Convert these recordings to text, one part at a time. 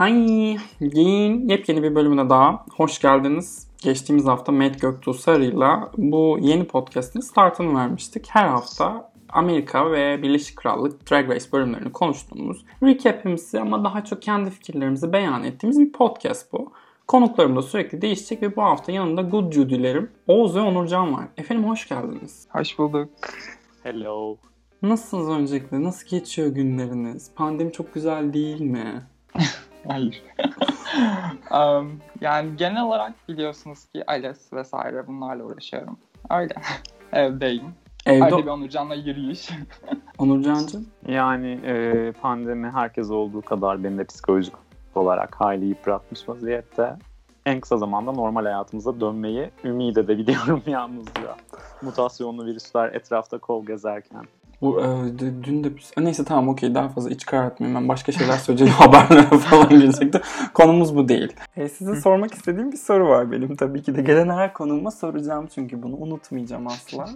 Hay, yepyeni bir bölümüne daha hoş geldiniz. Geçtiğimiz hafta Met Göktuğ Sarı'yla bu yeni podcast'in startını vermiştik. Her hafta Amerika ve Birleşik Krallık Drag Race bölümlerini konuştuğumuz, recap'imizi ama daha çok kendi fikirlerimizi beyan ettiğimiz bir podcast bu. Konuklarım da sürekli değişecek ve bu hafta yanımda Good Judy'lerim Oğuz ve Onurcan var. Efendim hoş geldiniz. Hoş bulduk. Hello. Nasılsınız öncelikle? Nasıl geçiyor günleriniz? Pandemi çok güzel değil mi? Hayır. Yani genel olarak biliyorsunuz ki ALES vesaire bunlarla uğraşıyorum. Öyle. Evdeyim. Öyle bir Onurcan'la yürüyüş. Onurcan'cığım? Yani pandemi herkes olduğu kadar beni de psikolojik olarak hayli yıpratmış vaziyette. En kısa zamanda normal hayatımıza dönmeyi ümit edebiliyorum yalnızca. Mutasyonlu virüsler etrafta kol gezerken. Dün de... Neyse tamam okey, daha fazla iç karartmayayım. Ben başka şeyler söyleyeceğim, haberlere falan gelecekti. Konumuz bu değil. Size sormak istediğim bir soru var benim tabii ki de. Gelen her konuma soracağım çünkü bunu unutmayacağım asla.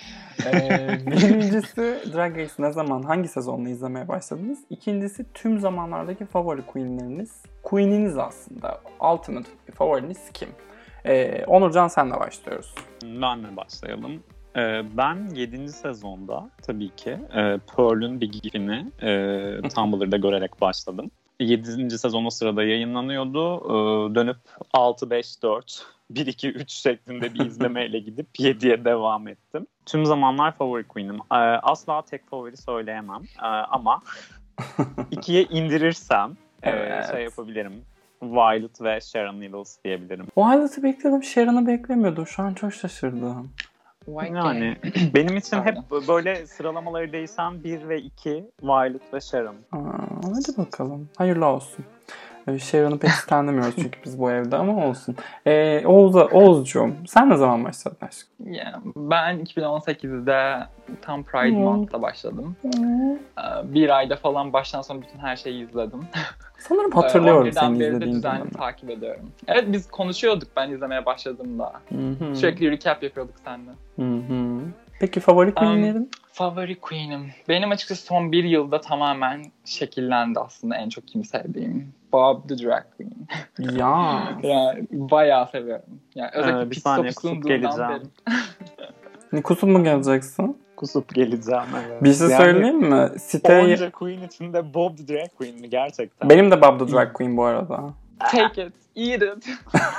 Birincisi Drag Race ne zaman, hangi sezonla izlemeye başladınız? İkincisi tüm zamanlardaki favori queenleriniz. Queen'iniz aslında. Ultimate favoriniz kim? Onurcan senle başlıyoruz. Benle başlayalım. Ben 7. sezonda tabii ki Pearl'ün bir gifini Tumblr'da görerek başladım. 7. sezon o sırada yayınlanıyordu. Dönüp 6-5-4, 1-2-3 şeklinde bir izlemeyle gidip 7'ye devam ettim. Tüm zamanlar favori queen'im. Asla tek favori söyleyemem ama 2'ye indirirsem şey yapabilirim. Violet ve Sharon Needles diyebilirim. Violet'ı bekledim, Sharon'ı beklemiyordum. Şu an çok şaşırdım. Yani benim için hep böyle sıralamaları değişen 1 ve 2 Violet ve Sharon. Hadi bakalım. Hayırlı olsun. Sharon'ı pek istemiyoruz çünkü biz bu evde, ama olsun. Oğuzcuğum sen ne zaman başladın aşkım? Yeah, ben 2018'de tam Pride Month'ta başladım. Bir ayda falan baştan sona bütün her şeyi izledim. Sanırım hatırlıyorum seni izlediğin düzenli dönemde. takip ediyorum. Evet, biz konuşuyorduk ben izlemeye başladığımda. Hı-hı. Sürekli recap yapıyorduk seninle. Hı-hı. Peki favori queenlerin? Favori queen'im. Benim açıkçası son bir yılda tamamen şekillendi aslında en çok kimi sevdiğim. Bob the Drag Queen. Ya. Yani bayağı seviyorum. Yani özellikle pit stop sunduğundan beri. Kusup mu geleceksin? Kusup geleceğim. Evet. Bir şey söyleyeyim mi? Onca Queen içinde Bob the Drag Queen mi gerçekten? Benim de Bob the Drag Queen bu arada. Take it, eat it.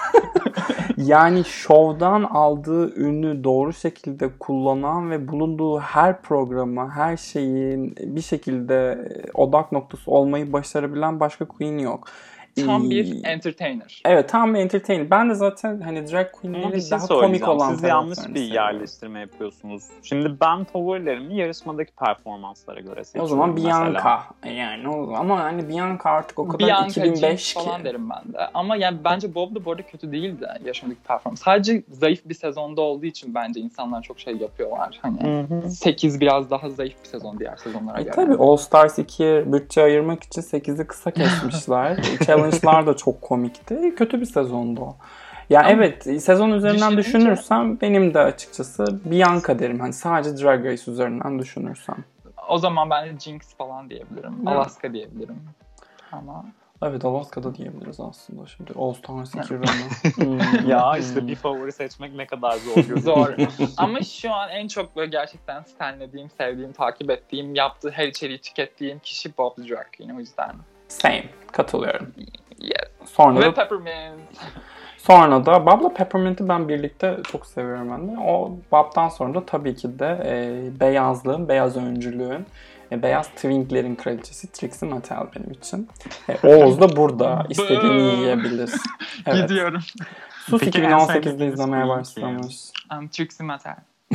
Yani şovdan aldığı ünü doğru şekilde kullanan ve bulunduğu her programa, her şeyin bir şekilde odak noktası olmayı başarabilen başka queen yok. Tam bir entertainer. Evet, tam bir entertainer. Ben de zaten hani drag queenlerin daha komik olan siz yanlış bir yerleştirme yapıyorsunuz. Şimdi ben favorilerimi yarışmadaki performanslara göre seçiyorum. O zaman Bianca. Mesela. Yani ama hani Bianca artık o kadar Bianca, 2005 ki. falan derim ben de. Ama yani bence Bob da bu arada kötü değildi yarışmadaki performans. Sadece zayıf bir sezonda olduğu için bence insanlar çok şey yapıyorlar. Hani 8 biraz daha zayıf bir sezon diğer sezonlara göre. Tabii All Stars 2'ye bütçe ayırmak için 8'i kısa kesmişler. Challenge'lar da çok komikti. Kötü bir sezondu o. Ya ama evet, sezon üzerinden düşünürsem benim de açıkçası Bianca derim. Hani sadece Drag Race üzerinden düşünürsem. O zaman ben de Jinx falan diyebilirim. Evet. Alaska diyebilirim. Ama evet, Alaska'da diyebiliriz aslında şimdi. All Stars 2 run'ı. Ya işte bir favori seçmek ne kadar zor. Zor. Ama şu an en çok böyle gerçekten stanlediğim, sevdiğim, takip ettiğim, yaptığı her içeriği tükettiğim kişi Bob the Drag Queen. O yüzden. Same. Katılıyorum. Yes. Sonra ve Peppermint. Sonra da Bob'la Peppermint'i ben birlikte çok seviyorum ben de. O Bob'dan sonra da tabii ki de beyazlığın, beyaz öncülüğün, beyaz twinklerin kraliçesi Trixie Mattel benim için. Oğuz da burada. İstediğini yiyebilir. Evet. Gidiyorum. Sus 2018'de izlemeye başlamış. Trixie Mattel.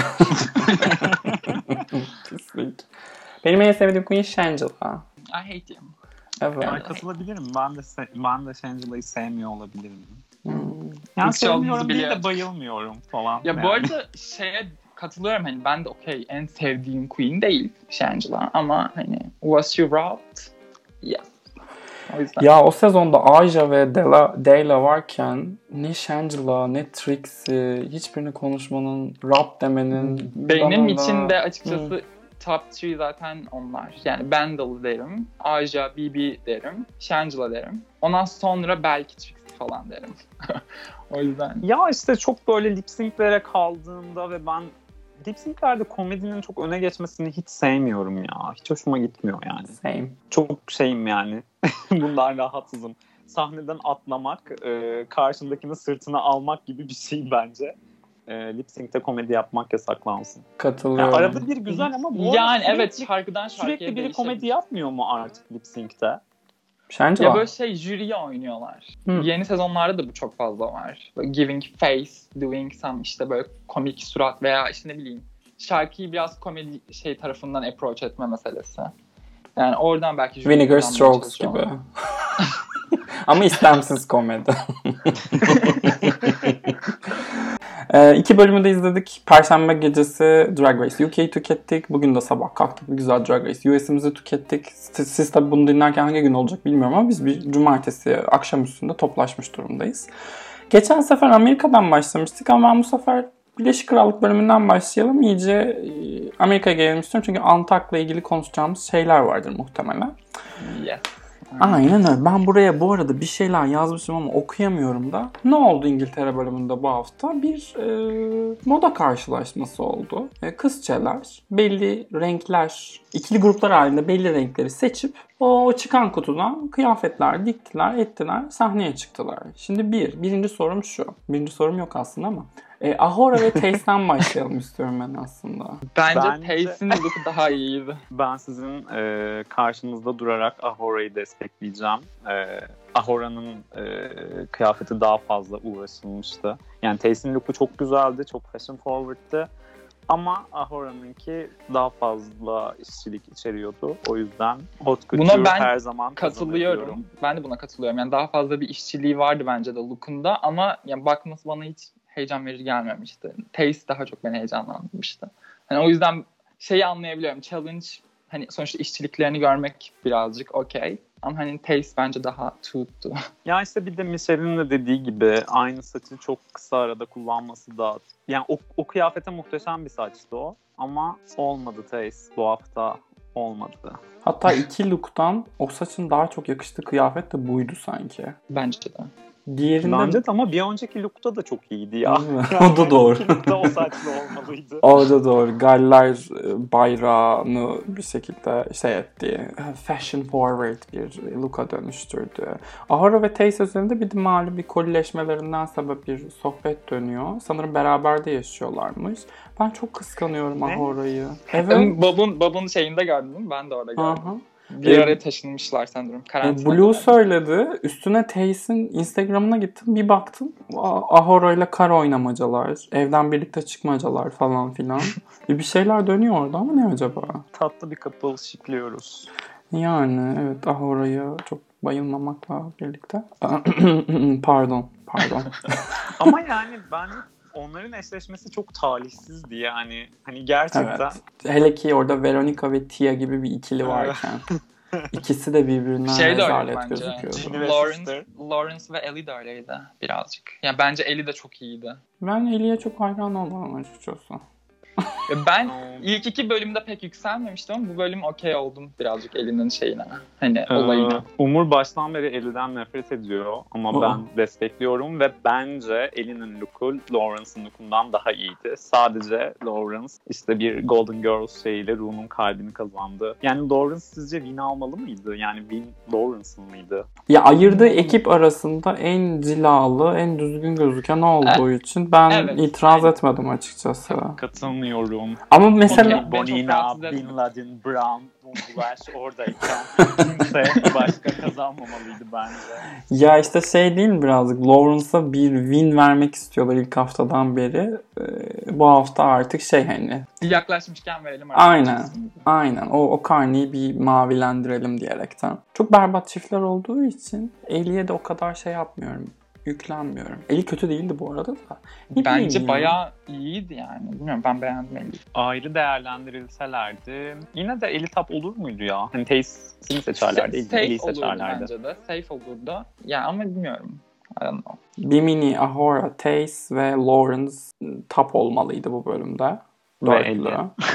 Pislik. Benim en sevdiğim queen Shangela. I hate him. Evet. Katılabilirim. Ben de Shangila'yı sevmiyor olabilirim. Yani sevmiyorum değil de bayılmıyorum falan. Ya bu arada şeye katılıyorum, hani ben de okey en sevdiğim queen değil Shangela ama hani was she robbed? Yes. O yüzden. Ya o sezonda Aja ve Dayla varken ne Shangela ne Trixie hiçbirini konuşmanın, rap demenin. Benim için de açıkçası top 3 zaten onlar. Yani Bendel derim, Aja, Bibi derim, Shangela derim. Ondan sonra belki Trixie falan derim. O yüzden. Ya işte çok böyle lip sync'lere kaldığında ve ben lip sync'lerde komedinin çok öne geçmesini hiç sevmiyorum ya. Hiç hoşuma gitmiyor yani. Same. Çok şeyim yani. Bundan rahatsızım. Sahneden atlamak, karşındakinin sırtına almak gibi bir şey bence. Lip sync'te komedi yapmak yasaklansın. Katılıyorum. Yani arada bir güzel ama bu yani sürekli, evet şarkıdan şarkıya sürekli biri komedi yapmıyor mu artık lip sync'te? Shangela. Ya böyle jüriye oynuyorlar. Yeni sezonlarda da bu çok fazla var. Böyle giving face, doing some işte böyle komik surat veya işte ne bileyim şarkıyı biraz komedi tarafından approach etme meselesi. Yani oradan belki jüri Vinegar Strokes gibi. Ama istemsiz komedi. 2 bölümü de izledik. Perşembe gecesi Drag Race UK'yi tükettik. Bugün de sabah kalktık bir güzel Drag Race US'imizi tükettik. Siz tabii bunu dinlerken hangi gün olacak bilmiyorum ama biz bir cumartesi akşam üstünde toplaşmış durumdayız. Geçen sefer Amerika'dan başlamıştık ama ben bu sefer Birleşik Krallık bölümünden başlayalım. İyice Amerika'ya gelelim istiyorum çünkü Antak'la ilgili konuşacağımız şeyler vardır muhtemelen. Yes. Aynen öyle. Ben buraya bu arada bir şeyler yazmışım ama okuyamıyorum da. Ne oldu İngiltere bölümünde bu hafta? Bir moda karşılaşması oldu. Kızçeler belli renkler, ikili gruplar halinde belli renkleri seçip o çıkan kutudan kıyafetler diktiler, ettiler, sahneye çıktılar. Şimdi birinci sorum şu. Birinci sorum yok aslında ama. Ahora ve Taste'den başlayalım istiyorum ben aslında. Bence Taste'in look'u daha iyiydi. Ben sizin karşınızda durarak Ahora'yı destekleyeceğim. Ahora'nın kıyafeti daha fazla uğraşılmıştı. Yani Taste'in look'u çok güzeldi, çok fashion forward'tı. Ama Ahora'nınki daha fazla işçilik içeriyordu. O yüzden Haute Couture her zaman katılıyorum. Ben de buna katılıyorum. Yani daha fazla bir işçiliği vardı bence de look'unda ama yani bakması bana hiç heyecan verici gelmemişti. Taste daha çok beni heyecanlandırmıştı. Hani o yüzden anlayabiliyorum. Challenge hani sonuçta işçiliklerini görmek birazcık okey. Ama hani Taste bence daha tuttu. Ya işte bir de Michelle'in de dediği gibi aynı saçı çok kısa arada kullanması da yani o kıyafete muhteşem bir saçtı o. Ama olmadı Taste bu hafta olmadı. Hatta 2 look'tan o saçın daha çok yakıştığı kıyafet de buydu sanki. Bence de. Diğerinde... Bence de ama bir önceki look'ta da çok iyiydi ya. Yani o da doğru. Look'ta o saçlı olmalıydı. O da doğru. Galler bayrağını bir şekilde etti. Fashion forward bir look'a dönüştürdü. Ahora ve Taste üzerinde bir de malum bir kolileşmelerinden sebep bir sohbet dönüyor. Sanırım beraber de yaşıyorlarmış. Ben çok kıskanıyorum Ahora'yı. Evet. Bob'un şeyinde gördün değil mi? Ben de orada gördüm. Aha. Bir araya taşınmışlar sanırım. Blue söyledi. Üstüne Taste'in Instagram'ına gittim. Bir baktım. Ahora ile kar oynamacalar. Evden birlikte çıkmacalar falan filan. Bir şeyler dönüyor orada ama ne acaba? Tatlı bir couple şikliyoruz. Yani evet Ahora'yı çok bayılmamakla birlikte. Pardon. Ama yani ben onların eşleşmesi çok talihsizdi yani. Hani gerçekten. Evet. Hele ki orada Veronica ve Tia gibi bir ikili varken. İkisi de birbirinden rezalet gözüküyordu. Lawrence ve Ellie de öyleydi birazcık. Yani bence Ellie de çok iyiydi. Ben Ellie'ye çok hayran oldum açıkçası. Ben ilk 2 bölümde pek yükselmemiştim ama bu bölüm okey oldum birazcık Ellie'nin hani olayına. Umur baştan beri Ellie'den nefret ediyor ama ben destekliyorum ve bence Ellie'nin look'u Lawrence'ın look'undan daha iyiydi. Sadece Lawrence işte bir Golden Girls şeyiyle Ru'nun kalbini kazandı. Yani Lawrence sizce win almalı mıydı? Yani win Lawrence'ın mıydı? Ya ayırdığı ekip arasında en cilalı, en düzgün gözüken olduğu için ben itiraz etmedim açıkçası. Katılmıyorum. Ama mesela Bonina, Bin Laden, Brown, Bumblelash oradayken kimse başka kazanmamalıydı bence. Ya işte değil mi birazcık Lawrence'a bir win vermek istiyorlar ilk haftadan beri. Bu hafta artık yaklaşmışken verelim. Aynen. O karneyi bir mavilendirelim diyerekten. Çok berbat çiftler olduğu için Ellie'ye de o kadar yapmıyorum. Yüklenmiyorum. Ellie kötü değildi bu arada da. Bence bayağı iyiydi yani. Bilmiyorum ben beğendim Ellie'yi. Ayrı değerlendirilselerdi yine de Ellie top olur muydu ya? Hani Taste'ini seçerlerdi. Ellie'yi seçerlerdi. Bence de. Safe olurdu. Yani ama bilmiyorum. I don't know. Bimini, Ahora, Taste ve Lawrence top olmalıydı bu bölümde. Ve Ellie.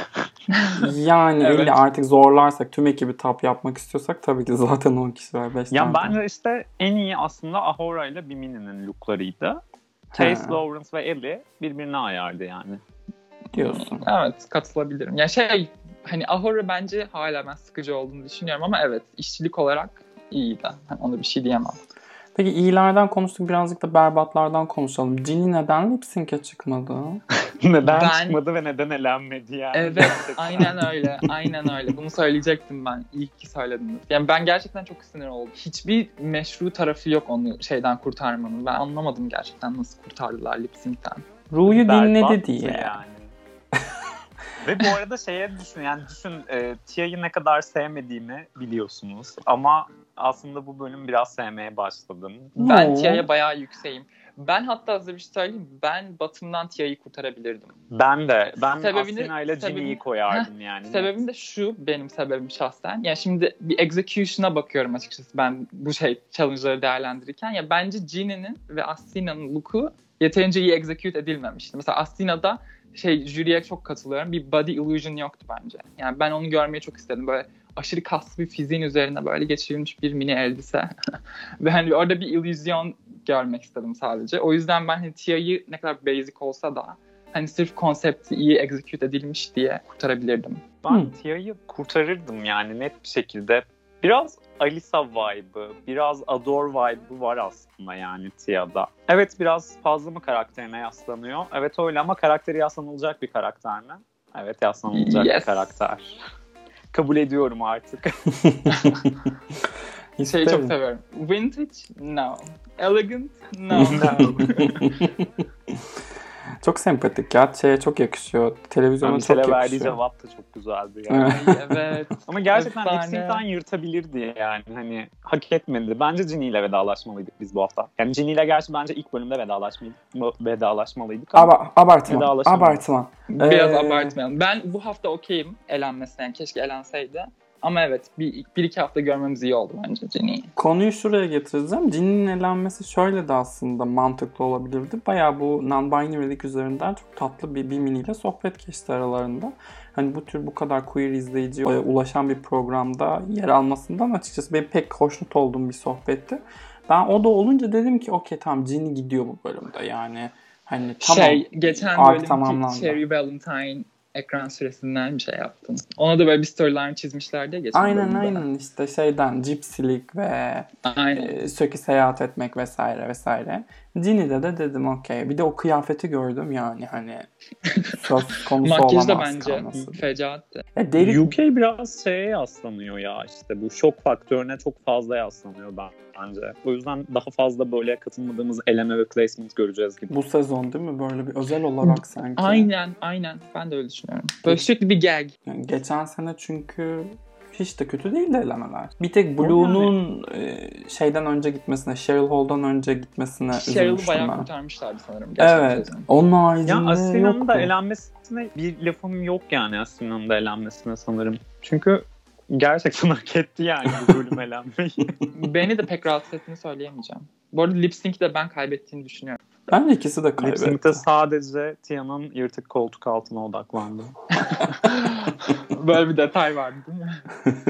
Yani Evet. öyle artık zorlarsak, tüm ekibi top yapmak istiyorsak tabii ki zaten 10 kişi var. 5 Ya tane. bence işte en iyi aslında Ahura ile Bimini'nin looklarıydı. He. Chase, Lawrence ve Ellie birbirine ayardı yani. Diyorsun. Evet, katılabilirim. Yani hani Ahura bence hala ben sıkıcı olduğunu düşünüyorum ama evet, işçilik olarak iyiydi. Hani ona bir şey diyemem. Peki iyilerden konuştuk, birazcık da berbatlardan konuşalım. Ginny neden lip sync'e çıkmadı? Neden çıkmadı ve neden elenmedi yani? Evet, aynen öyle. Aynen öyle. Bunu söyleyecektim ben. İyi ki söylediniz. Yani ben gerçekten çok sinir oldum. Hiçbir meşru tarafı yok onu şeyden kurtarmanın. Ben anlamadım gerçekten nasıl kurtardılar lip sync'ten. Ru'yu dinledi Berbattı diye. yani. Ve bu arada düşün Tia'yı ne kadar sevmediğimi biliyorsunuz. Ama aslında bu bölüm biraz sevmeye başladım. Ben No. Tia'ya bayağı yükseğim. Ben hatta size bir şey söyleyeyim. Ben Batım'dan Tia'yı kurtarabilirdim. Ben Sebebini- Asina ile Ginny'yi koyardım yani. Sebebim de şu, benim sebebim şahsen. Yani şimdi bir execution'a bakıyorum açıkçası ben bu challenge'ları değerlendirirken. Ya bence Ginny'nin ve Asina'nın look'u yeterince iyi execute edilmemişti. Mesela Asina'da jüriye çok katılıyorum. Bir body illusion yoktu bence. Yani ben onu görmeyi çok istedim. Böyle aşırı kaslı bir fiziğin üzerine böyle geçirilmiş bir mini elbise. Ve hani orada bir illüzyon görmek istedim sadece. O yüzden ben hani Tia'yı ne kadar basic olsa da hani sırf konsepti iyi execute edilmiş diye kurtarabilirdim. Ben Tia'yı kurtarırdım yani net bir şekilde. Biraz Alisa vibe'ı, biraz Adore vibe'ı var aslında yani Tia'da. Evet, biraz fazla mı karakterine yaslanıyor? Evet öyle, ama karakteri yaslanılacak bir karakter mi? Evet, yaslanılacak bir karakter. Kabul ediyorum artık. Çok seviyorum. Vintage? No. Elegant? No. Çok sempatik ya. Çok yakışıyor. Televizyona çok yakışıyor. Verdiği cevap da çok güzeldi yani. Ay, evet. Ama gerçekten Efsane. lip sync'ten yırtabilirdi yani. Hani hak etmedi. Bence Ginny ile vedalaşmalıydık biz bu hafta. Yani Ginny ile gerçi bence ilk bölümde vedalaşmalıydık. Abartma. Biraz abartmayalım. Ben bu hafta okeyim elenmesine. Yani keşke elenseydi. Ama evet bir iki hafta görmemiz iyi oldu bence Ginny'yi. Konuyu şuraya getireceğim. Ginny'nin elenmesi şöyle de aslında mantıklı olabilirdi. Bayağı bu non-binary'lik üzerinden çok tatlı bir miniyle sohbet geçti aralarında. Hani bu tür bu kadar queer izleyiciye ulaşan bir programda yer almasından açıkçası benim pek hoşnut olduğum bir sohbetti. Ben o da olunca dedim ki okey tamam, Ginny gidiyor bu bölümde yani. Hani tamam. Geçen bölümki Cherry Valentine ekran süresinden bir şey yaptım. Ona da böyle bir storyline çizmişlerdi ya geçen bölümde. Aynen işte gypsy'lik ve sökü seyahat etmek vesaire. Ginny'de de dedim okey. Bir de o kıyafeti gördüm yani hani söz konusu olamaz. Makyaj da bence fecaatti. UK biraz yaslanıyor ya, işte bu şok faktörüne çok fazla yaslanıyor bence. O yüzden daha fazla böyle katılmadığımız eleme ve placement göreceğiz gibi. Bu sezon değil mi? Böyle bir özel olarak sanki. Aynen. Ben de öyle düşünüyorum. Böyle sürekli bir gag. Yani geçen sene çünkü hiç de kötü değildi elemeler. Bir tek Blue'nun şeyden önce gitmesine, Cheryl Hall'dan önce gitmesine Cheryl'ı üzülmüştüm bayağı ben. kurtarmışlardı sanırım. Evet. Onun haricinde ya Asina'nın da yoktu. elenmesine bir lafım yok yani, Asina'nın da elenmesine sanırım. Çünkü gerçekten hak etti yani bu bölüm elenmeyi. Beni de pek rahatsız ettiğini söyleyemeyeceğim. Bu arada lip sync'i de ben kaybettiğini düşünüyorum. Bence ikisi de kaybetti. Lip sync'te sadece Tia'nın yırtık koltuk altına odaklandı. Böyle bir detay vardı değil mi?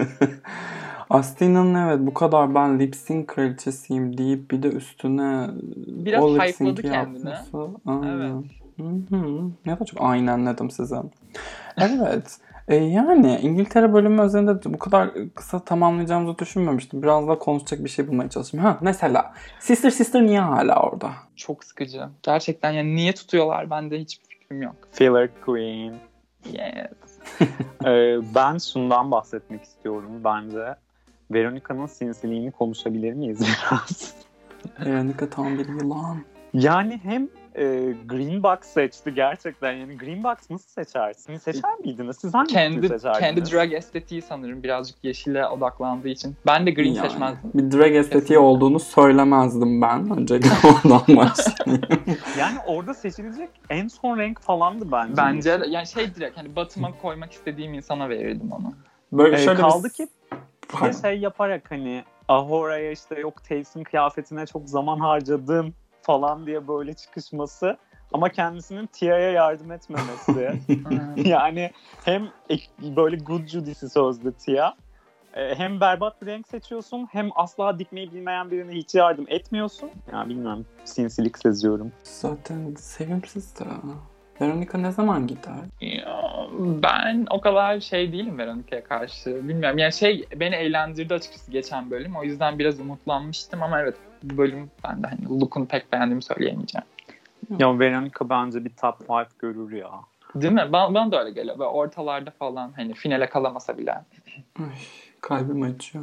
Astina'nın evet bu kadar ben lip sync kraliçesiyim deyip bir de üstüne biraz o lip hype'ladı sync'i kendini. yapması. Evet. Hı-hı. Ne da çok aynenledim size. Evet. Yani İngiltere bölümü üzerinde bu kadar kısa tamamlayacağımızı düşünmemiştim. Biraz daha konuşacak bir şey bulmaya çalışayım. Mesela Sister niye hala orada? Çok sıkıcı. Gerçekten yani niye tutuyorlar? Bende hiçbir fikrim yok. Filler Queen. Yes. Ben şundan bahsetmek istiyorum bence. Veronica'nın sinsiliğini konuşabilir miyiz biraz? Veronica tam bir yılan. Yani hem Green Box seçti gerçekten. Yani Green Box nasıl seçersin? Seçer miydiniz? Siz hangi seçerdiniz? Kendi drag estetiği sanırım birazcık yeşile odaklandığı için. Ben de Green seçmezdim. Bir drag estetiği olduğunu söylemezdim ben. Öncelikle oradan başlayayım. Yani orada seçilecek en son renk falandı bence. Bence yani direkt hani Batım'a koymak istediğim insana verirdim onu. Böyle şöyle kaldı ki bir şey yaparak hani Ahora'ya işte yok Taves'in kıyafetine çok zaman harcadım falan diye böyle çıkışması ama kendisinin Tia'ya yardım etmemesi. Yani hem böyle good Judy'si sözlü Tia, hem berbat bir renk seçiyorsun, hem asla dikmeyi bilmeyen birine hiç yardım etmiyorsun. Ya bilmiyorum, sinsilik seziyorum. Zaten sevimsiz de. Veronica ne zaman gider? Ya, ben o kadar şey değilim Veronica'ya karşı. Bilmiyorum yani beni eğlendirdi açıkçası geçen bölüm. O yüzden biraz umutlanmıştım ama evet bu bölüm ben de hani look'unu pek beğendiğimi söyleyemeyeceğim. Ya Veronica bence bir top 5 görür ya. Değil mi? Bana da öyle geliyor. Böyle ortalarda falan hani finale kalamasa bile. Ay, kalbim acıyor.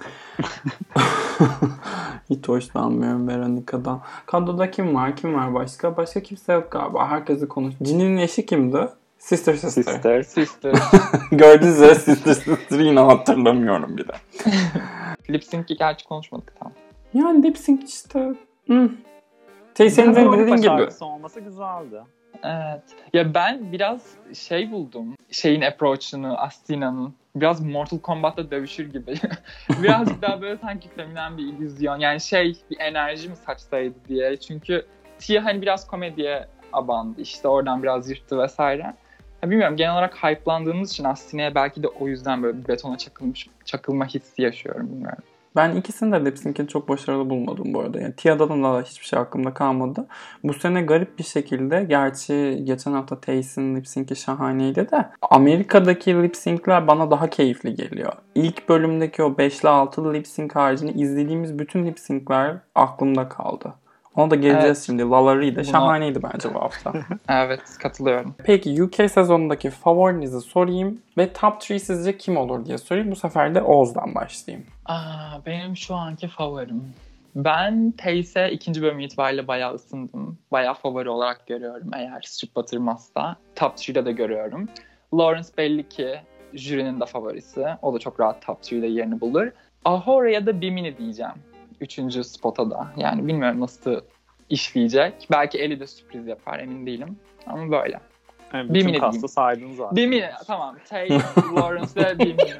Hiç hoşlanmıyorum Veronica'dan. Kadroda kim var? Kim var başka? Başka kimse yok galiba. Herkesi konuş. Ginny'nin eşi kimdi? Sister. Gördüğünüz üzere Sister'ı yine hatırlamıyorum bile. Lip Sync'i gerçi konuşmadık tam. Yani lip sync işte. Senin dediğin gibi. Şarkısı olması güzeldi. Evet. Ya ben biraz buldum. Şeyin approach'unu, Astina'nın. Biraz Mortal Kombat'ta dövüşür gibi. Birazcık daha böyle sanki feminen bir illüzyon. Yani bir enerji mi saçsaydı diye. Çünkü Tia hani biraz komediye abandı. İşte oradan biraz yırttı vesaire. Ya bilmiyorum, genel olarak hype'landığımız için Astina'ya belki de o yüzden böyle bir betona çakılma hissi yaşıyorum, bilmiyorum. Ben ikisini de lip sync'ini çok başarılı bulmadım bu arada. Yani Tia'dan da hiçbir şey aklımda kalmadı. Bu sene garip bir şekilde, gerçi geçen hafta Tays'in lip sync'i şahaneydi de, Amerika'daki lip sync'ler bana daha keyifli geliyor. İlk bölümdeki o 5'li 6'lı lip sync haricinde izlediğimiz bütün lip sync'ler aklımda kaldı. Ona da geleceğiz evet. Şimdi. Lalari şahaneydi bence bu hafta. Evet, katılıyorum. Peki UK sezonundaki favorinizi sorayım ve top 3 sizce kim olur diye sorayım. Bu sefer de Oğuz'dan başlayayım. Benim şu anki favorim. Ben Tays'e ikinci bölüm itibariyle bayağı ısındım. Bayağı favori olarak görüyorum eğer strip batırmazsa. Top 3'de de görüyorum. Lawrence belli ki jürinin de favorisi. O da çok rahat top 3'de yerini bulur. Ahura ya da Bimini diyeceğim. Üçüncü spota da. Yani bilmiyorum nasıl işleyecek. Belki Ellie de sürpriz yapar, emin değilim. Ama böyle. Yani bütün kastı saydın zaten. Bimini, tamam. Tay, Lawrence ve Bimini.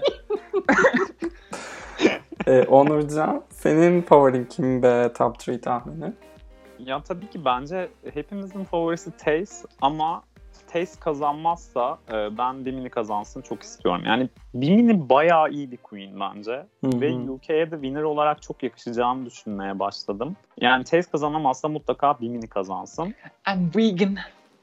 Onurcan, senin favorin kim be top 3 tahmini? Ya tabii ki bence hepimizin favorisi Tays, ama Tays kazanmazsa ben Bimini kazansın çok istiyorum. Yani Bimini bayağı iyi bir queen bence. Hı-hı. Ve UK'ye de winner olarak çok yakışacağını düşünmeye başladım. Yani Tays kazanamazsa mutlaka Bimini kazansın. I'm vegan.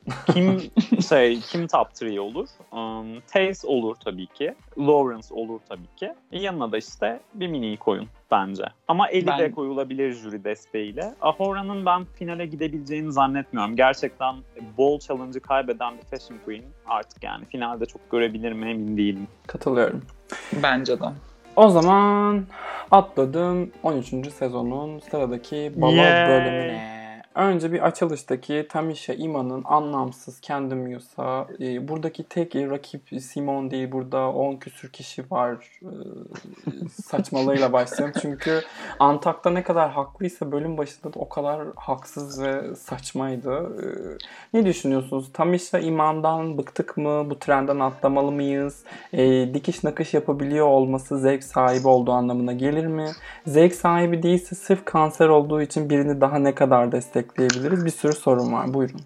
Kim top 3 olur? Tays olur tabii ki. Lawrence olur tabii ki. Yanına da işte Bimini'yi koyun bence. Ama Ellie de koyulabilir jüri desteğiyle. Ahura'nın ben finale gidebileceğini zannetmiyorum. Gerçekten Ball Challenge'ı kaybeden bir fashion queen. Artık yani finalde çok görebilir mi emin değilim. Katılıyorum. Bence de. O zaman atladım 13. sezonun sıradaki balo bölümüne. Önce bir açılıştaki Tamisha Ima'nın anlamsız kendi Musa. Buradaki tek rakip Simon değil. Burada 10 küsür kişi var. Saçmalığıyla başlayalım. Çünkü Antak'ta ne kadar haklıysa bölüm başında da o kadar haksız ve saçmaydı. Ne düşünüyorsunuz? Tamisha Ima'dan bıktık mı? Bu trenden atlamalı mıyız? Dikiş nakış yapabiliyor olması zevk sahibi olduğu anlamına gelir mi? Zevk sahibi değilse sırf kanser olduğu için birini daha ne kadar destekleyebiliriz? Bir sürü sorun var. Buyurun.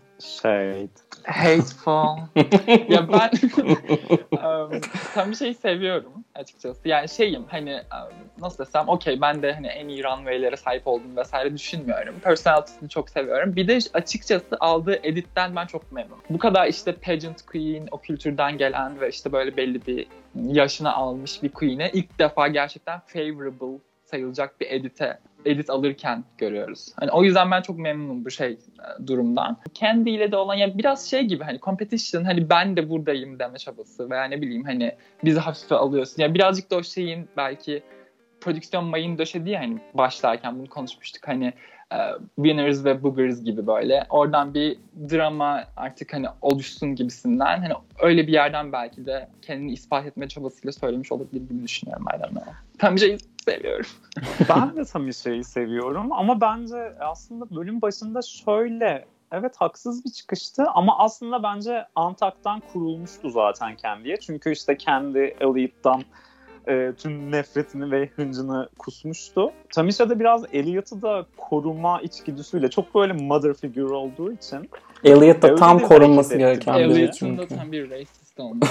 Hateful. Ya ben tam bir seviyorum açıkçası. Yani hani nasıl desem, okey, ben de hani en iyi runway'lere sahip olduğumu vesaire düşünmüyorum. Personality'sini çok seviyorum. Bir de açıkçası aldığı editten ben çok memnunum. Bu kadar işte pageant queen, o kültürden gelen ve işte böyle belli bir yaşına almış bir queen'e ilk defa gerçekten favorable sayılacak bir edit alırken görüyoruz. Hani o yüzden ben çok memnunum bu durumdan. Kendiyle de olan yani biraz gibi hani competition, hani ben de buradayım deme çabası veya ne bileyim hani bizi hafife alıyorsun. Yani birazcık da o belki prodüksiyon mayını döşedi ya hani başlarken bunu konuşmuştuk hani winners ve boogers gibi böyle. Oradan bir drama artık hani oluşsun gibisinden hani öyle bir yerden belki de kendini ispat etme çabasıyla söylemiş olabilir gibi düşünüyorum. I don't know. Tamisha'yı seviyorum. Ben de Tamisha'yı seviyorum ama bence aslında bölüm başında evet haksız bir çıkıştı ama aslında bence Antak'tan kurulmuştu zaten kendiye. Çünkü işte kendi Elite'dan tüm nefretini ve hıncını kusmuştu. Tamisha da biraz Elliot'ı da koruma içgüdüsüyle çok böyle mother figure olduğu için. Elliot da Öyle tam de korunması hareket gereken etti. biri Elliot'ın da çünkü. tam bir racist olması.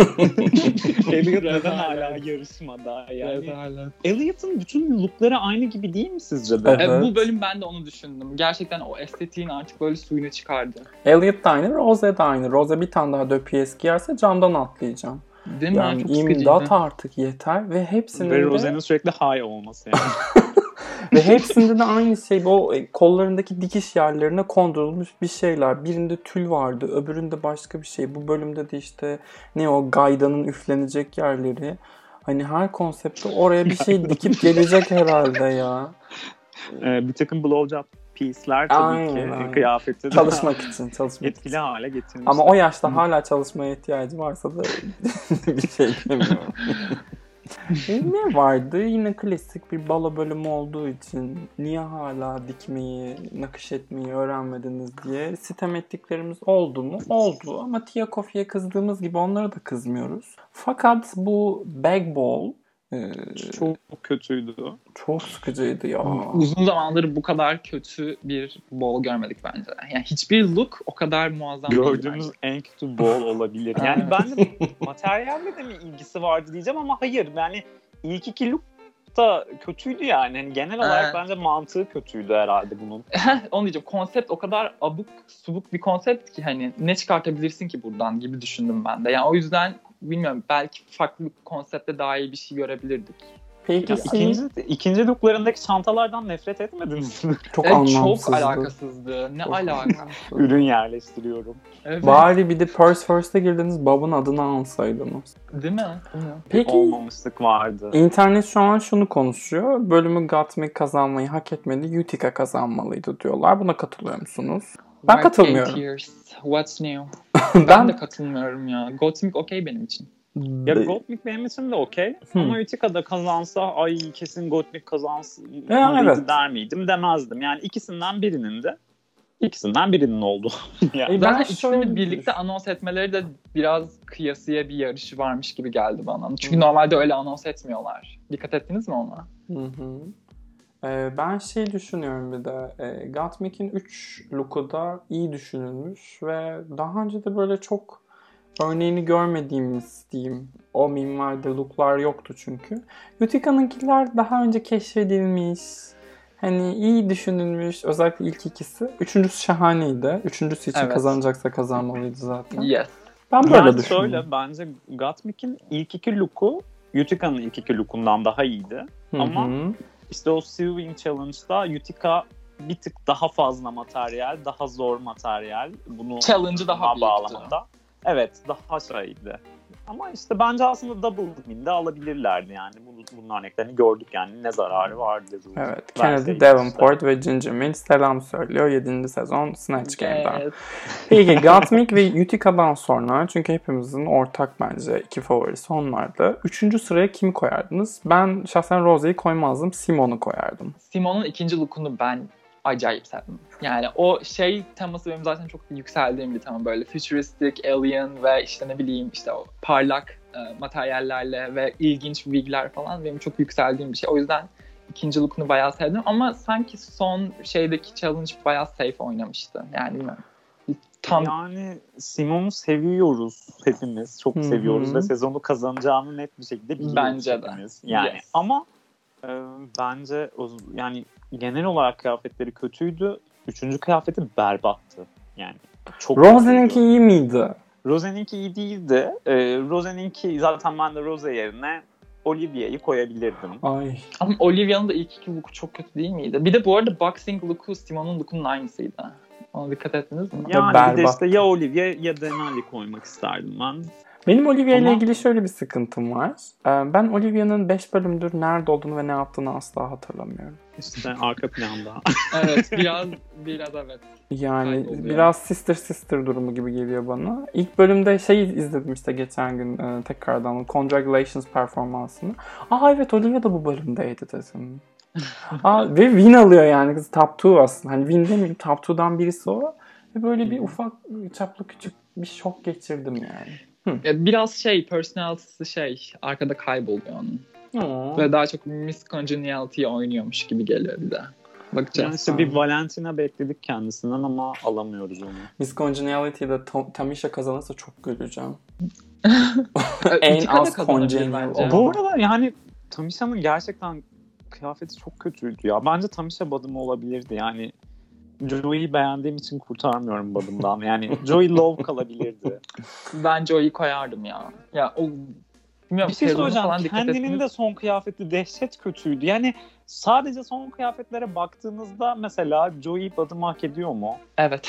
Elliot neden Rezalet. hala yarışmada? Yani Rezalet. Elliot'ın bütün lookları aynı gibi değil mi sizce de? Evet. Bu bölüm ben de onu düşündüm. Gerçekten o estetiğin artık böyle suyunu çıkardı. Elliot da aynı, Rose da aynı. Rose bir tane daha döpiyes giyerse camdan atlayacağım. Değil mi? Yani Çok imdat sıkıcıydı. artık yeter ve hepsinin Ve de Rose'nin sürekli high olması yani. ve hepsinde de aynı şey. O kollarındaki dikiş yerlerine kondurulmuş bir şeyler. Birinde tül vardı, öbüründe başka bir şey. Bu bölümde de işte ne o gaydanın üflenecek yerleri. Hani her konsepte oraya bir şey dikip gelecek herhalde ya. Bir takım blowjob piece'ler tabii Aynen. ki kıyafeti Çalışmak için, çalışmak etkili için. hale getirmiş. Ama o yaşta hala çalışmaya ihtiyacı varsa da bir şey demiyorum. Ne vardı? Yine klasik bir balo bölümü olduğu için niye hala dikmeyi, nakış etmeyi öğrenmediniz diye sitem ettiklerimiz oldu mu? Oldu. Ama Tia Kofi'ye kızdığımız gibi onlara da kızmıyoruz. Fakat bu bag ball çok kötüydü. çok sıkıcıydı ya. Uzun zamandır bu kadar kötü bir ball görmedik bence. Yani hiçbir look o kadar muazzam değil Gördüğümüz en kötü ball olabilir. Yani ben de materyalle de mi ilgisi vardı diyeceğim ama hayır. Yani ilk iki look da kötüydü yani. Yani genel olarak bence mantığı kötüydü herhalde bunun. Onu diyeceğim. Konsept o kadar abuk subuk bir konsept ki hani ne çıkartabilirsin ki buradan gibi düşündüm ben de. Yani o yüzden bilmiyorum, belki farklı bir konseptte daha iyi bir şey görebilirdik. Peki İkinci looklarındaki çantalardan nefret etmediniz mi? çok Evet, anlamsızdı. çok alakasızdı. Ne alaka? Ürün yerleştiriyorum. Evet. Bari bir de Purse First'e girdiniz, Bob'un adını alsaydınız. Değil mi? Peki Olmamışlık vardı. İnternet şu an şunu konuşuyor. Bölümü Gottmik kazanmayı hak etmedi. Utica kazanmalıydı diyorlar. Buna katılıyor musunuz? Ben katılmıyorum. What's new? Ben de katılmıyorum ya. Gottmik okey benim için. Ya Gottmik benim için de okey. Ama Utica da kazansa ay kesin Gottmik kazansın evet. der miydim demezdim. Yani ikisinden birinin oldu. Yani. Zaten ikisini birlikte anons etmeleri de biraz kıyasıya bir yarışı varmış gibi geldi bana. Çünkü normalde öyle anons etmiyorlar. Dikkat ettiniz mi ona? Ben düşünüyorum bir de. Gottmik'in 3 look'u da iyi düşünülmüş ve daha önce de böyle çok örneğini görmediğimiz diyeyim. O minvalde look'lar yoktu çünkü. Utica'nınkiler daha önce keşfedilmiş. Hani iyi düşünülmüş. Özellikle ilk ikisi. Üçüncüsü şahaneydi. Üçüncüsü için kazanacaksa kazanmalıydı zaten. Yes. Ben böyle düşünüyorum. Şöyle, bence Gottmik'in ilk iki look'u Utica'nın ilk iki look'undan daha iyiydi. Ama işte o Sewing Challenge'da Utica bir tık daha fazla materyal, daha zor materyal. Bunu Challenge'ı daha bağlamında. Evet, daha şeydi. Ama işte bence aslında double win'de alabilirlerdi yani. Bunun örneklerini gördük yani. Ne zararı vardı. Evet. Kennedy Davenport ve Ginger Mint selam söylüyor 7. sezon Snatch Game'den. Peki Gottmik ve Utica'dan sonra, çünkü hepimizin ortak bence iki favorisi onlardı. 3. sıraya kimi koyardınız? Ben şahsen Rose'yi koymazdım. Simon'u koyardım. Simon'un ikinci look'unu ben acayip sevdim. Yani o teması benim zaten çok yükseldiğim bir tema, böyle futuristic, alien ve işte ne bileyim işte o parlak materyallerle ve ilginç wigler falan benim çok yükseldiğim bir şey. O yüzden ikinci look'unu bayağı sevdim ama sanki son challenge bayağı safe oynamıştı. Yani bilmiyorum. Yani Simon'u seviyoruz hepimiz. Çok seviyoruz ve sezonu kazanacağını net bir şekilde biliyoruz bence hepimiz. Yani ama bence yani genel olarak kıyafetleri kötüydü. 3. kıyafeti berbattı. Yani çok Rose'ninki iyi miydi? Rose'ninki iyi değildi. Rose'ninki zaten ben de Rose yerine Olivia'yı koyabilirdim. Ay. Ama Olivia'nın da ilk iki look'u çok kötü değil miydi? Bir de bu arada boxing look'u Simon'un look'unun aynısıydı. Ona dikkat ettiniz mi? Yani bir de işte ya Olivia ya Denali koymak isterdim ben. Benim Olivia ile ilgili şöyle bir sıkıntım var. Ben Olivia'nın 5 bölümdür nerede olduğunu ve ne yaptığını asla hatırlamıyorum. İşte arka planda. Evet, biraz evet. Yani biraz sister durumu gibi geliyor bana. İlk bölümde izledim işte geçen gün tekrardan Congratulations performansını. Evet, Olivia da bu bölümdeydi dedim. Ve win alıyor yani kız, top 2 aslında. Hani win demeyeyim, top 2'dan birisi o. Ve böyle bir ufak çaplı küçük bir şok geçirdim yani. Biraz personality'si arkada kayboluyor onun. Ve daha çok Miss Congeniality'yi oynuyormuş gibi geliyor bir de. Bakacağız. Yani işte bir Valentina bekledik kendisinden ama alamıyoruz onu. Miss Congeniality'de Tamisha kazanırsa çok güleceğim. En az congenial. Bu arada yani Tamisha'nın gerçekten kıyafeti çok kötüydü ya. Bence Tamisha badımı olabilirdi yani. Joey'i beğendiğim için kurtarmıyorum badımdan. Yani Joey Love kalabilirdi. Ben Joey'i koyardım ya. Ya o bilmiyorum, bir şey söyleyeceğim. Kendinin Kendinin de son kıyafeti dehşet kötüydü. Yani sadece son kıyafetlere baktığınızda mesela Joey badımı hak ediyor mu? Evet.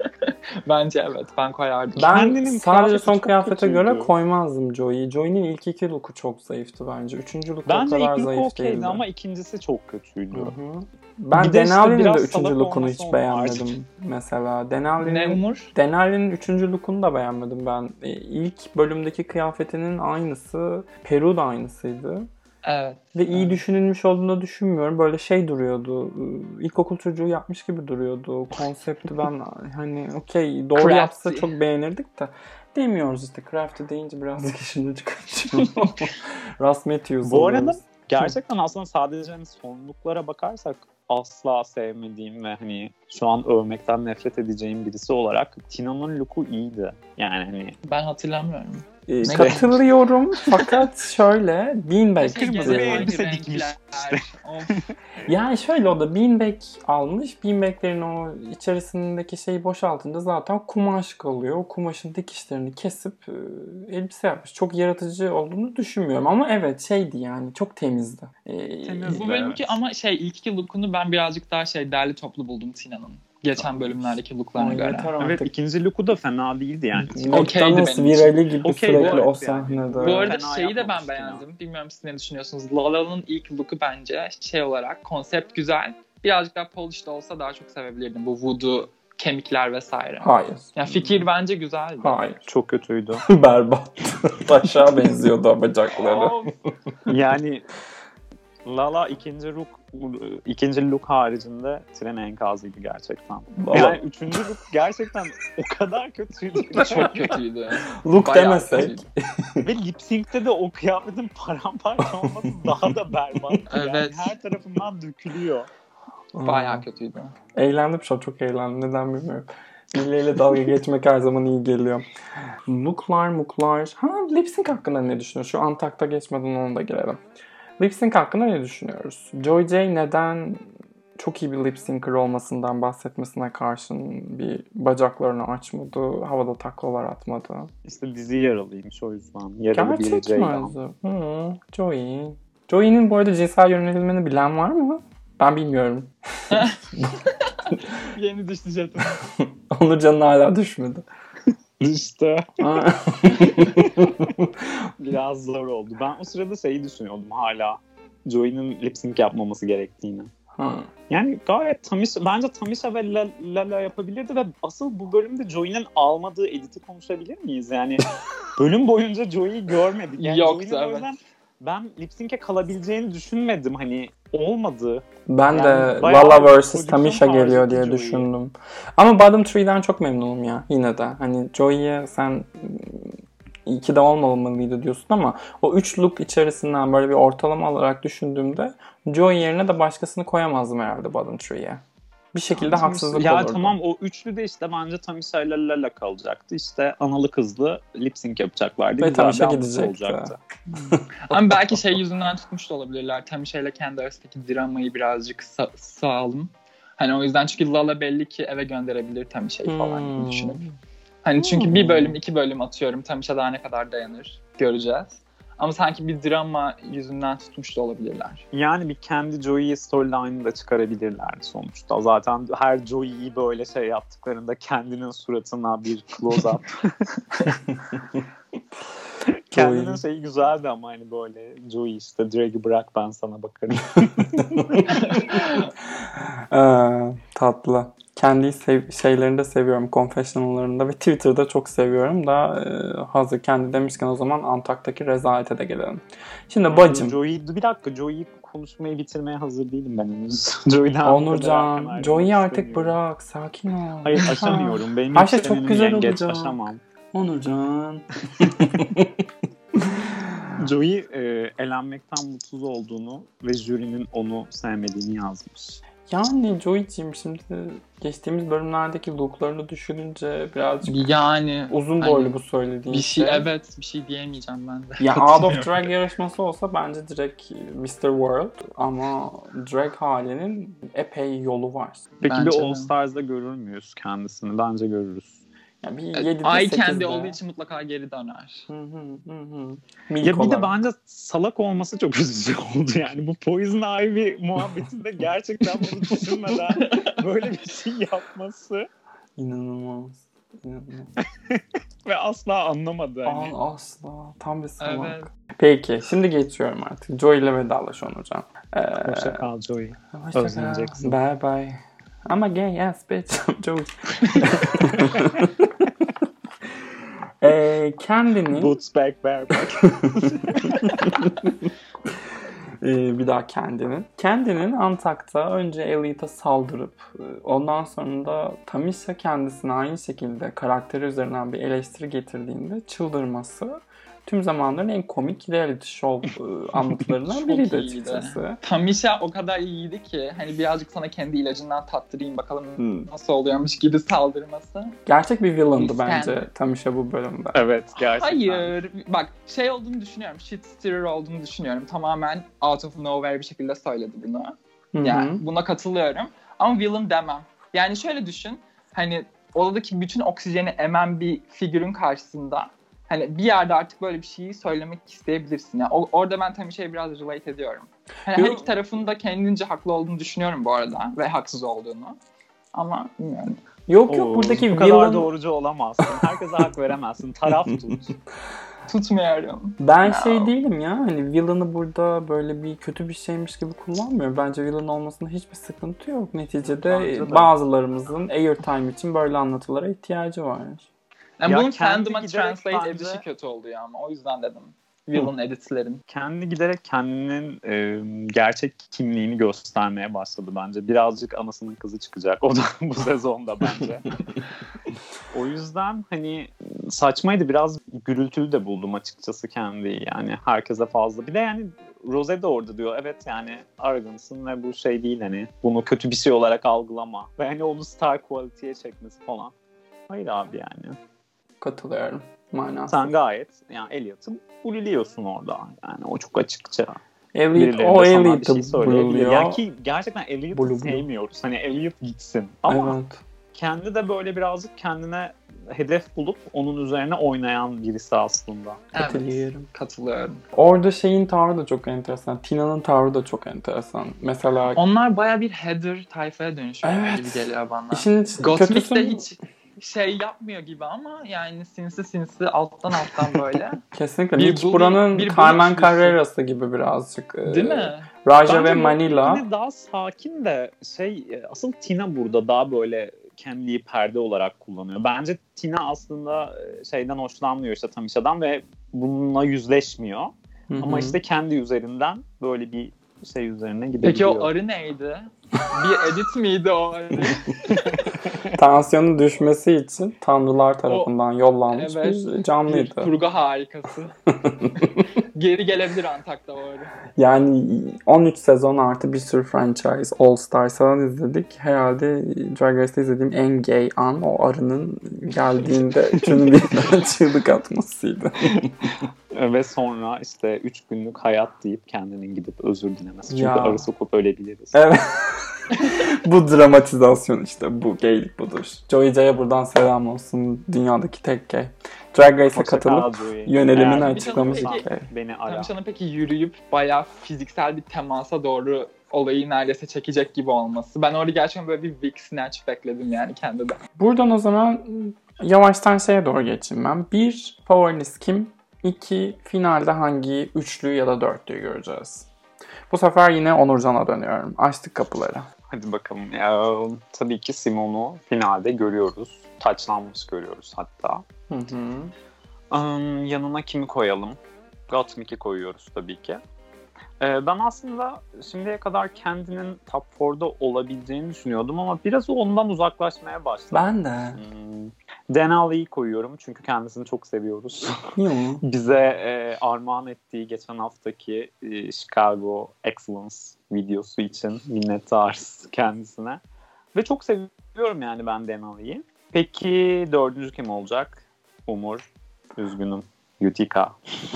Bence evet. Ben koyardım. Ben Kendinin sadece son çok kıyafete kötüydü. göre koymazdım Joey'i. Joey'nin ilk 2 look'u çok zayıftı bence. 3. look'u o Bence kadar ilk zayıf look okeydi değildi. ama ikincisi çok kötüydü. Hı-hı. Ben Bir de işte Denali'nin de biraz 3. salak look'unu olması hiç onu beğenmedim. Mesela Ne Umur? Denali'nin 3. look'unu da beğenmedim ben. İlk bölümdeki kıyafetinin aynısı, Peru da aynısıydı. Evet. Ve iyi düşünülmüş olduğunu düşünmüyorum. Böyle duruyordu. İlkokul çocuğu yapmış gibi duruyordu. Konsepti ben hani okey doğru Crafty. yapsa çok beğenirdik de demiyoruz işte. Crafty deyince birazcık işin ucu kaçıyor. Ross Matthews Bu arada oluyoruz. gerçekten aslında sadece hani sonluklara bakarsak asla sevmediğim ve hani şu an övmekten nefret edeceğim birisi olarak Tina'nın look'u iyiydi. Yani hani Ben hatırlamıyorum. Katılıyorum fakat şöyle Beanbag Kırmızı bir elbise dikmiş işte. Yani şöyle o da beanbag almış. Beanbaglerin o içerisindeki şeyi boşaltınca zaten kumaş kalıyor. O kumaşın dikişlerini kesip elbise yapmış. Çok yaratıcı olduğunu düşünmüyorum. Ama evet şeydi yani çok temizdi. Bu bölümki ama ilk iki look'unu ben birazcık daha derli toplu buldum Tina'nın. Geçen bölümlerdeki look'larına göre. Evet, ikinci look'u da fena değildi yani. McDonald's virali gibi sürekli o sahnede. Bu arada de ben beğendim. Bilmiyorum siz ne düşünüyorsunuz? Lala'nın ilk look'u bence olarak konsept güzel. Birazcık daha polished olsa daha çok sevebilirdim. Bu voodoo, kemikler vesaire. Hayır. Yani fikir bence güzeldi. Hayır. Çok kötüydü. Berbat. Aşağı benziyordu o bacakları. Yani Lala ikinci look haricinde tren enkazıydı gerçekten. Yani üçüncü look gerçekten o kadar kötüydü. Çok kötüydü. Look bayağı demesek. Ve lip sync'te de o kıyafetin paramparça olması daha da berbat. Evet. Yani her tarafından dökülüyor. Bayağı kötüydü. Eğlendim şu an, çok eğlendim. Neden bilmiyorum. Milleyle dalga geçmek her zaman iyi geliyor. Looklar. Lip sync hakkında ne düşünüyorsun? Şu Antak'ta geçmeden ona da girelim. Lip sync hakkında ne düşünüyoruz? Joy J neden çok iyi bir lip syncer olmasından bahsetmesine karşın bir bacaklarını açmadı, havada taklalar atmadı? İşte dizi yaralıymış o yüzden. Yaralı bir Gerçek mi? Joey. Joey'nin bu arada cinsel yönelilmeni bilen var mı? Ben bilmiyorum. Yeni düştü jeton. Onurcan'ın hala düşmedi. İşte. Biraz zor oldu. Ben o sırada düşünüyordum hala. Joey'nin lip sync yapmaması gerektiğini. Yani gayet bence Tamisha ve Lala yapabilirdi ve asıl bu bölümde Joey'nin almadığı editi konuşabilir miyiz? Yani bölüm boyunca Joey'i görmedik. Yani yoktu evet. Ben lip sync'e kalabileceğini düşünmedim. Hani olmadı. Ben de Lala vs. Tamisha geliyor diye düşündüm. Ama Bottom 3'den çok memnunum ya yine de. Hani Joey'ye sen 2'de olmamalıydı diyorsun ama o 3 look içerisinden böyle bir ortalama olarak düşündüğümde Joey yerine de başkasını koyamazdım herhalde Bottom 3'ye. Bir şekilde haksızlık olurdu. Ya tamam, o üçlü de işte bence Tamisha ile Lala kalacaktı. İşte analı kızlı lip sync yapacaklardı. Ve güzel Tamisha bir anısı gidecekti. olacaktı. Ama belki yüzünden tutmuş da olabilirler. Tamisha ile kendi arasındaki dramayı birazcık sağalım. Hani o yüzden, çünkü Lala belli ki eve gönderebilir Tamisha'yı falan gibi düşünüp. Hani çünkü bir bölüm 2 bölüm atıyorum, Tamisha daha ne kadar dayanır göreceğiz. Ama sanki bir drama yüzünden tutmuş da olabilirler. Yani bir kendi Joey storyline'ını da çıkarabilirlerdi sonuçta. Zaten her Joey'yi böyle yaptıklarında kendinin suratına bir close-up. Kendinin güzeldi ama hani böyle Joey işte Drake'i bırak ben sana bakarım. Tatlı. Kendi şeylerini de seviyorum. Confessional'larını da ve Twitter'da çok seviyorum da hazır kendi demişken o zaman Antak'taki rezalete de gelelim. Şimdi bacım. Bir dakika, Joey'yi konuşmayı bitirmeye hazır değilim ben henüz. Onurcan, Joey'yi artık bırak. Sakin ol. Hayır, aşamıyorum. Benim her şey çok güzel olacak. Aşamam. Onurcan. Joey elenmekten mutsuz olduğunu ve jürinin onu sevmediğini yazmış. Yani Joey'ciğim şimdi geçtiğimiz bölümlerdeki looklarını düşününce birazcık Yani uzun hani boylu bu söylediğin bir şey evet bir şey diyemeyeceğim ben de. Ya Out of Drag yarışması olsa bence direkt Mr. World ama drag halinin epey yolu var. Peki Bence bir de. All Stars'da görür müyüz kendisini? Bence görürüz. Ya bir 7'de Ay 8'de. kendi olduğu için mutlaka geri döner. Milk Ya bir de olarak. bence salak olması çok üzücü oldu yani. Bu Poison Ivy muhabbetinde gerçekten bunu düşünmeden böyle bir şey yapması İnanılmaz. ve asla anlamadı. Hani. Asla. Tam bir salak. Evet. Peki şimdi geçiyorum artık. Joy ile vedalaş Onurcan. Hoşça kal Joey. Hoşça kal. Özleneceksin. Bye bye. I'm a gay ass bitch. Joey. Kendini Boots back bareback. bir daha kendinin Antak'ta önce Elite'a saldırıp ondan sonra da Tamisha kendisine aynı şekilde karakteri üzerinden bir eleştiri getirdiğinde çıldırması tüm zamanların en komik reality show anlatılarından Çok biriydi iyiydi. açıkçası. Tamisha o kadar iyiydi ki hani birazcık sana kendi ilacından tattırayım bakalım nasıl oluyormuş gibi saldırması. Gerçek bir villain'dı Lütfen. bence Tamisha bu bölümde. Evet gerçekten. Hayır. Bak şey olduğunu düşünüyorum. Shit stirrer olduğunu düşünüyorum. Tamamen out of nowhere bir şekilde söyledi bunu. Yani buna katılıyorum. Ama villain demem. Yani şöyle düşün. Hani oradaki bütün oksijeni emen bir figürün karşısında hani bir yerde artık böyle bir şeyi söylemek isteyebilirsin. Yani orada ben tabii biraz relate ediyorum. Hani her iki tarafın da kendince haklı olduğunu düşünüyorum bu arada. Ve haksız olduğunu. Ama bilmiyorum. Yok buradaki bu kadar villain... doğrucu olamazsın. Herkese hak veremezsin. Taraf tut. Tutmuyorum. Ben şey değilim ya hani villain'ı burada böyle bir kötü bir şeymiş gibi kullanmıyorum. Bence villain olmasında hiçbir sıkıntı yok. Neticede bazılarımızın airtime için böyle anlatılara ihtiyacı var. Yani Ya bunun kendi fandom'a giderek translate bence- edişi kötü oldu ya ama o yüzden dedim. Villain editlerin. Kendi giderek kendinin gerçek kimliğini göstermeye başladı bence. Birazcık anasının kızı çıkacak o da bu sezonda bence. O yüzden hani saçmaydı. Biraz gürültülü de buldum açıkçası kendi yani herkese fazla. Bir de yani Rose de orada diyor. Evet yani arrogance'ın ve bu şey değil hani bunu kötü bir şey olarak algılama. Ve hani onu star quality'ye çekmesi falan. Hayır abi yani. Katılıyorum. Manasız. Sen gayet yani Elliot'ı buliliyorsun orada. Yani o çok açıkça. Elliot, Birileri o de sana bir Elliot'ı şey söyleyebilir. buluyor. Ya ki gerçekten Elliot'ı Buluyor. sevmiyoruz. Hani Elliot gitsin. Ama Evet. kendi de böyle birazcık kendine hedef bulup onun üzerine oynayan birisi aslında. Katılıyorum. Katılıyorum. Orada şeyin tavrı da çok enteresan. Tina'nın tavrı da çok enteresan. Mesela Onlar baya bir header tayfaya dönüşüyor Evet. gibi geliyor bana. işin Gottmik kötüsü de hiç şey yapmıyor gibi ama yani sinsi alttan böyle. kesinlikle Bir Nick bully- buranın bir bully Carmen üçlüsü. Carrera'sı gibi birazcık. Değil mi? Raja Bence ve Manila. Yine daha sakin de asıl Tina burada daha böyle kendiyi perde olarak kullanıyor. Bence Tina aslında şeyden hoşlanmıyor işte Tamisha'dan ve bununla yüzleşmiyor. Hı-hı. Ama işte kendi üzerinden böyle bir şey üzerine gidebiliyor. Peki o arı neydi? Bir edit miydi o arı? Tansiyonun düşmesi için tanrılar tarafından yollanmış evet, bir bir canlıydı. kurgu harikası. Geri gelebilir Antak'ta o arı. Yani 13 sezon artı bir sürü franchise, All Stars falan izledik. Herhalde Drag Race'te izlediğim en gay an o arının geldiğinde üçünün birden çığlık atmasıydı. Ve sonra işte 3 günlük hayat deyip kendinin gidip özür dilemesi. Çünkü Ya. arı sokup ölebiliriz. Evet. Bu dramatizasyon işte. Bu gaylik budur. Joey J'ye buradan selam olsun. Dünyadaki tek gay. Drag Race'e katılıp yönelimini açıklamış peki, gay. Beni ara. Tamisha'nın peki yürüyüp bayağı fiziksel bir temasa doğru olayı neredeyse çekecek gibi olması. Ben orada gerçekten böyle bir wig snatch bekledim yani kendimden. Buradan o zaman yavaştan şeye doğru geçeyim ben. 1. Favoriniz kim? 2. Finalde hangi üçlü ya da dörtlüyü göreceğiz? Bu sefer yine Onurcan'a dönüyorum. Açtık kapıları. Hadi bakalım. Ya, tabii ki Simon'u finalde görüyoruz. Taçlanmış görüyoruz hatta. Yanına kimi koyalım? Gottmik'i koyuyoruz tabii ki. Ben aslında şimdiye kadar kendinin top 4'da olabileceğini düşünüyordum ama biraz ondan uzaklaşmaya başladım. Ben de. Denali'yi koyuyorum çünkü kendisini çok seviyoruz. Yok. Bize armağan ettiği geçen haftaki Chicago Excellence videosu için minnettarız kendisine. Ve çok seviyorum yani ben Denali'yi. Peki dördüncü kim olacak? Umur. Üzgünüm. Utica.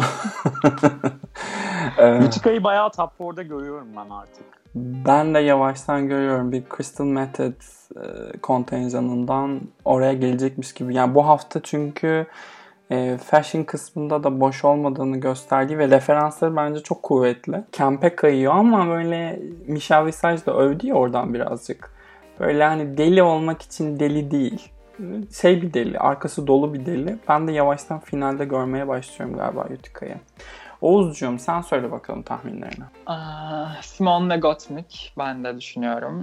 Utica'yı bayağı top 4'da görüyorum ben artık. Ben de yavaştan görüyorum bir Crystal Method kontenjanından oraya gelecekmiş gibi. Yani bu hafta çünkü fashion kısmında da boş olmadığını gösterdiği ve referansları bence çok kuvvetli. Camp'e kayıyor ama böyle Michelle Visage da övdü ya oradan birazcık. Böyle hani deli olmak için deli değil. Bir deli, arkası dolu bir deli. Ben de yavaştan finalde görmeye başlıyorum galiba Utica'yı. Oğuzcuğum sen söyle bakalım tahminlerini. Simon ve Gottmik ben de düşünüyorum.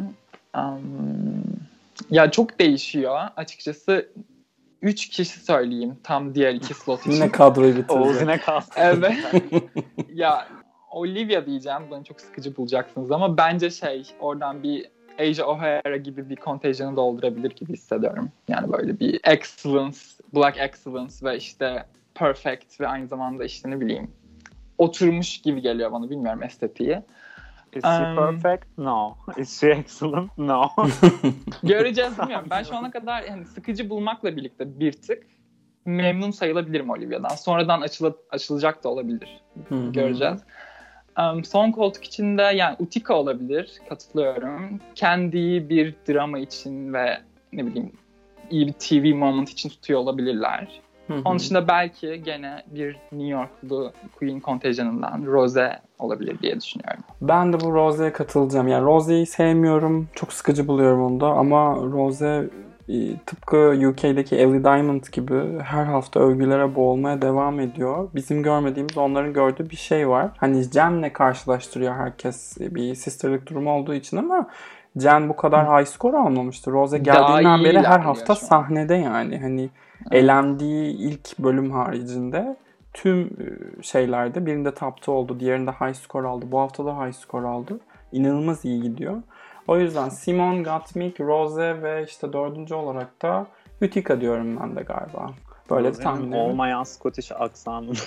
Ya çok değişiyor. Açıkçası 3 kişi söyleyeyim tam diğer 2 slot için. Yine kadroyu bitirdi. Oğuz yine kalsın. Evet. Ya Olivia diyeceğim. Bunu çok sıkıcı bulacaksınız ama bence oradan bir Asia O'Hara gibi bir kontenjanı doldurabilir gibi hissediyorum. Yani böyle bir excellence, black excellence ve işte perfect ve aynı zamanda işte ne bileyim oturmuş gibi geliyor bana, bilmiyorum estetiği. Is she perfect? No. Is she excellent? No. Göreceğiz, bilmiyorum. Ben şu ana kadar yani sıkıcı bulmakla birlikte bir tık memnun sayılabilirim Olivia'dan. Sonradan açılacak da olabilir. Göreceğiz. Son koltuk içinde yani Utica olabilir. Katılıyorum. Kendiyi bir drama için ve ne bileyim iyi bir TV moment için tutuyor olabilirler. Onun dışında belki gene bir New Yorklu Queen kontenjanından Rose olabilir diye düşünüyorum. Ben de bu Rose'ye katılacağım. Yani Rose'yi sevmiyorum. Çok sıkıcı buluyorum onu da. Ama Rose tıpkı UK'deki Ellie Diamond gibi her hafta övgülere boğulmaya devam ediyor. Bizim görmediğimiz, onların gördüğü bir şey var. Hani Jen'le karşılaştırıyor herkes bir sisterlik durumu olduğu için ama Jen bu kadar high score almamıştı. Rose geldiğinden beri her hafta sahnede yani. Hani elendiği ilk bölüm haricinde tüm şeylerde birinde top 2 oldu, diğerinde high score aldı. Bu hafta da high score aldı. İnanılmaz iyi gidiyor. O yüzden Simon, Gottmik, Rose ve işte dördüncü olarak da Utica diyorum ben de galiba. Böyle bir tahminim. Olmayan Scottish aksanını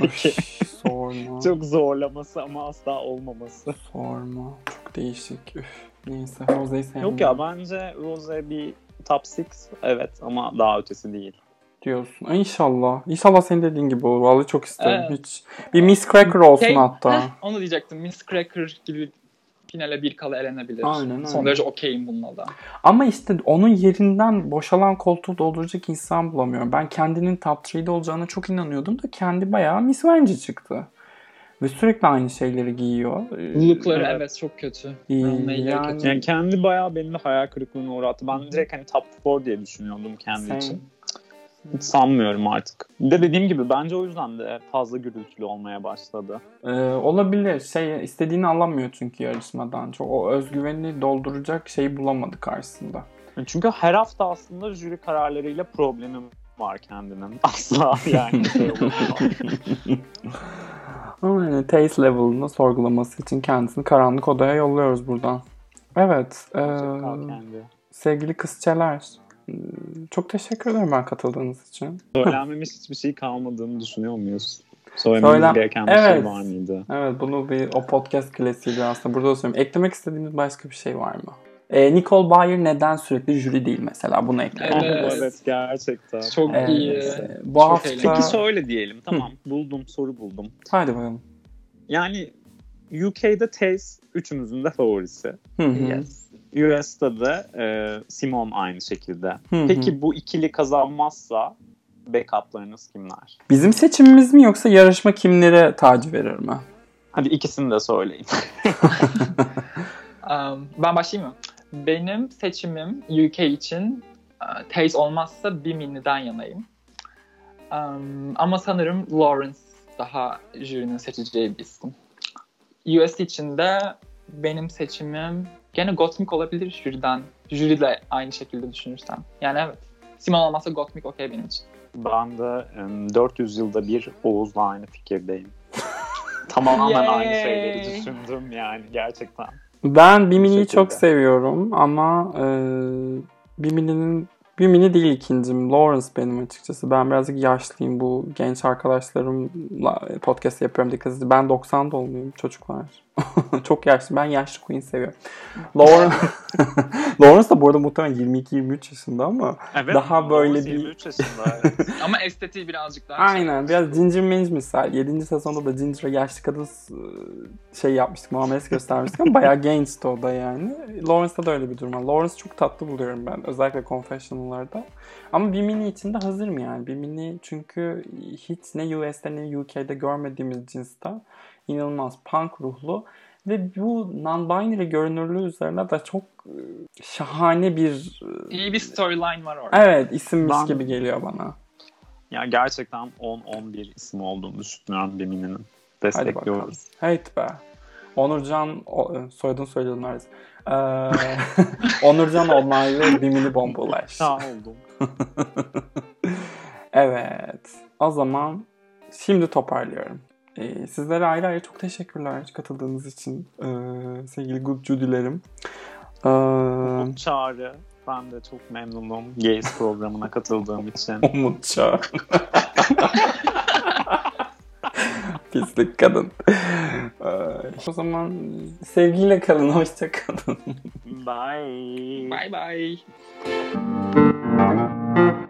sorma. Çok zorlaması ama asla olmaması. Sorma. Çok değişik. Neyse Rose'yi sevmiyorum. Yok ya, bence Rose bir top 6 evet ama daha ötesi değil. Diyorsun. İnşallah. İnşallah senin dediğin gibi olur. Vallahi çok isterim. Evet. Hiç. Bir Miss Cracker olsun hatta. Onu diyecektim. Miss Cracker gibi finale bir kala elenebilir. Aynen. Son derece okeyim bununla da. Ama işte onun yerinden boşalan koltuğu dolduracak insan bulamıyorum. Ben kendinin top 3'de olacağına çok inanıyordum da kendi bayağı Miss Venge çıktı. Ve sürekli aynı şeyleri giyiyor. Lookları evet çok kötü. Yani kendi bayağı beni de hayal kırıklığına uğrattı. Ben direkt hani top 4 diye düşünüyordum kendi için. Hiç sanmıyorum artık. Bir de dediğim gibi bence o yüzden de fazla gürültülü olmaya başladı. Olabilir. İstediğini alamıyor çünkü yarışmadan. Çok o özgüvenini dolduracak şeyi bulamadı karşısında. Çünkü her hafta aslında jüri kararlarıyla problemim var kendinin. Asla yani. Ama yani taste level'ını sorgulaması için kendisini karanlık odaya yolluyoruz buradan. Evet. Sevgili kızçeler. Çok teşekkür ederim ben katıldığınız için. Söylenmemiş hiçbir şey kalmadığını düşünüyor muyuz? Söylememiz gereken bir şey var mıydı? Evet, bunu o podcast klasiği aslında burada da söyleyeyim. Eklemek istediğiniz başka bir şey var mı? Nicole Byer neden sürekli jüri değil mesela? Bunu ekleyelim. Evet gerçekten. Çok iyi. Bu hafta... Peki şöyle diyelim. Tamam soru buldum. Haydi bakalım. Yani UK'de Taze üçümüzün de favorisi. Yes. US'ta da Simon aynı şekilde. Peki bu ikili kazanmazsa backup'larınız kimler? Bizim seçimimiz mi yoksa yarışma kimlere tac verir mi? Hadi ikisini de söyleyin. Ben başlayayım mı? Benim seçimim UK için Taze olmazsa Bimini'den yanayım. Ama sanırım Lawrence daha jürinin seçeceği bir isim. US için de benim seçimim gene Gottmik olabilir jüriden. Jüriyle aynı şekilde düşünürsem. Yani evet. Simon olmazsa Gottmik okey benim için. Ben de 400 yılda bir Oğuz'la aynı fikirdeyim. Tamamen aynı şeyleri düşündüm yani gerçekten. Ben Bimini'yi çok seviyorum ama Bimini'nin Bimini değil ikincim. Lawrence benim açıkçası. Ben birazcık yaşlıyım. Bu genç arkadaşlarımla podcast yapıyorum. Dikkat edin. Ben 90 doğumluyum çocuklar. Çok yaşlı. Ben yaşlı queen seviyorum. Lawrence da bu arada muhtemelen 22-23 yaşında ama Evet, daha böyle bir... 23 yaşında. Evet. Ama estetiği birazcık daha Aynen. Biraz Ginger Minge misal. 7. sezonda da Ginger'a yaşlı kadın şey yapmıştık. Muamelesi göstermiştik ama bayağı gençti o da yani. Lawrence'da da öyle bir durum var. Lawrence çok tatlı buluyorum ben. Özellikle Confessional'larda. Ama Bimini için de hazırım yani. Bimini çünkü hiç ne US'te ne UK'de görmediğimiz cinsten inanılmaz punk ruhlu ve bu non-binary görünürlüğü üzerine de çok şahane bir... İyi bir storyline var orada. Evet, isimmiş gibi geliyor bana. Ya gerçekten 10-11 isim olduğunu düşünüyorum Bimini'nin. Destekliyoruz. Hate be. Onurcan, soyadını söyledim neredeyse. Onurcan onaylı Bimini Bombalaş. Sağ oldum. Evet. O zaman şimdi toparlıyorum. Sizlere ayrı ayrı çok teşekkürler katıldığınız için sevgili Good Judy'lerim. Umut Çağrı. Ben de çok memnunum Gays programına katıldığım için. Umut Çağrı. Pislik kadın. O zaman sevgiyle kalın, hoşça kalın. Bye. Bye bye.